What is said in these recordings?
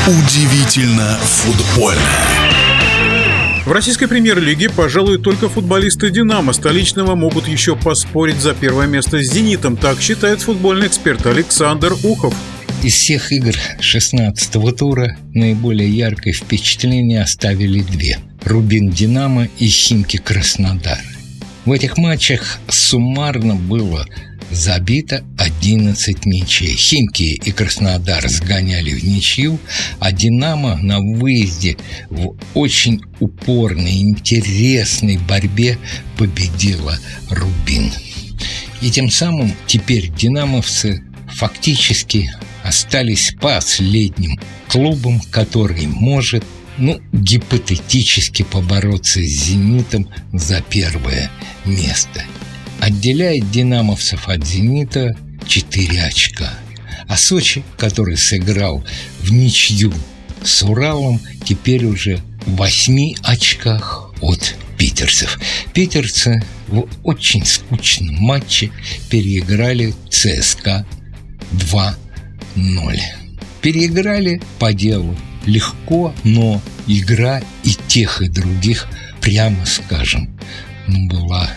Удивительно футбольно. В российской премьер-лиге, пожалуй, только футболисты «Динамо» столичного могут еще поспорить за первое место с «Зенитом». Так считает футбольный эксперт Александр Ухов. Из всех игр 16-го тура наиболее яркое впечатление оставили две – «Рубин-Динамо» и «Химки-Краснодар». В этих матчах суммарно было забито 11 мячей. «Химки» и «Краснодар» сгоняли в ничью, а «Динамо» на выезде в очень упорной, интересной борьбе победила «Рубин». И тем самым теперь динамовцы фактически остались последним клубом, который может, гипотетически побороться с «Зенитом» за первое место. Отделяет динамовцев от «Зенита» 4 очка. А Сочи, который сыграл в ничью с Уралом, теперь уже в 8 очках от питерцев. Питерцы в очень скучном матче переиграли ЦСКА 2-0. Переиграли по делу легко, но игра и тех, и других, прямо скажем, была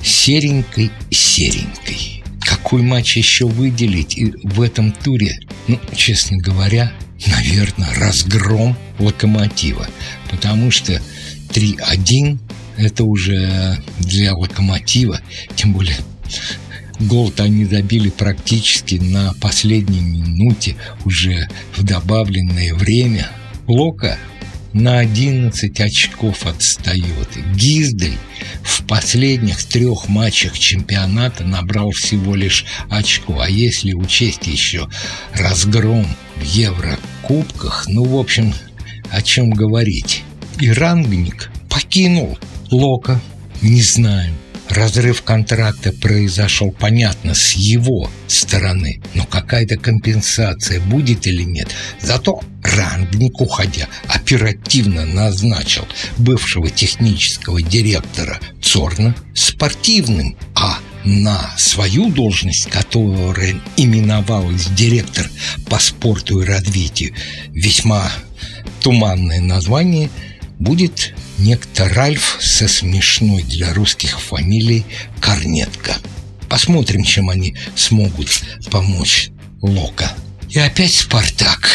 серенькой. Какой матч еще выделить и в этом туре? Честно говоря, наверное, разгром «Локомотива», потому что 3-1 это уже для «Локомотива», тем более гол-то они забили практически на последней минуте, уже в добавленное время. Лока на 11 очков отстает. Гиздель в последних 3 матчах чемпионата набрал всего лишь очко. А если учесть еще разгром в Еврокубках, в общем, о чем говорить. И Рангник покинул Лока, не знаю. Разрыв контракта произошел, понятно, с его стороны, но какая-то компенсация будет или нет. Зато Рангник, уходя, оперативно назначил бывшего технического директора Цорна спортивным, а на свою должность, которая именовалась директор по спорту и развитию, весьма туманное название, будет некто Ральф со смешной для русских фамилией Корнетко. Посмотрим, чем они смогут помочь Лока. И опять «Спартак».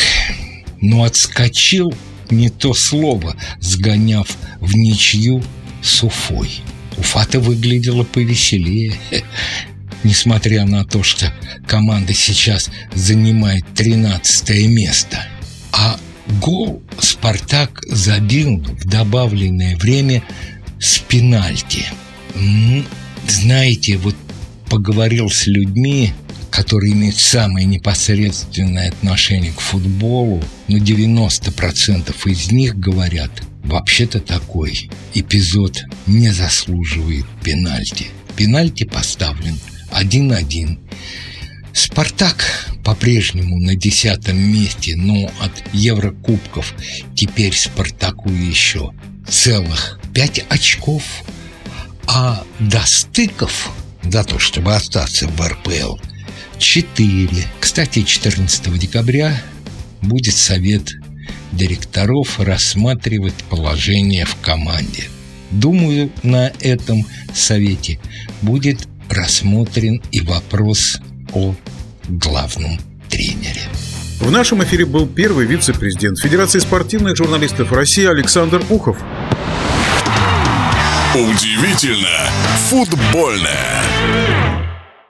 Отскочил не то слово, сгоняв в ничью с Уфой. Уфа-то выглядела повеселее. Несмотря на то, что команда сейчас занимает 13 место. А гол «Спартак» забил в добавленное время с пенальти. Знаете, поговорил с людьми, которые имеют самое непосредственное отношение к футболу, 90% из них говорят, вообще-то такой эпизод не заслуживает пенальти. Пенальти поставлен 1-1. «Спартак» по-прежнему на 10 месте, но от Еврокубков теперь «Спартаку» еще целых 5 очков, а до стыков за то, чтобы остаться в РПЛ, 4. Кстати, 14 декабря будет совет директоров рассматривать положение в команде. Думаю, на этом совете будет рассмотрен и вопрос о главном тренере. В нашем эфире был первый вице-президент Федерации спортивных журналистов России Александр Ухов. Удивительно футбольное.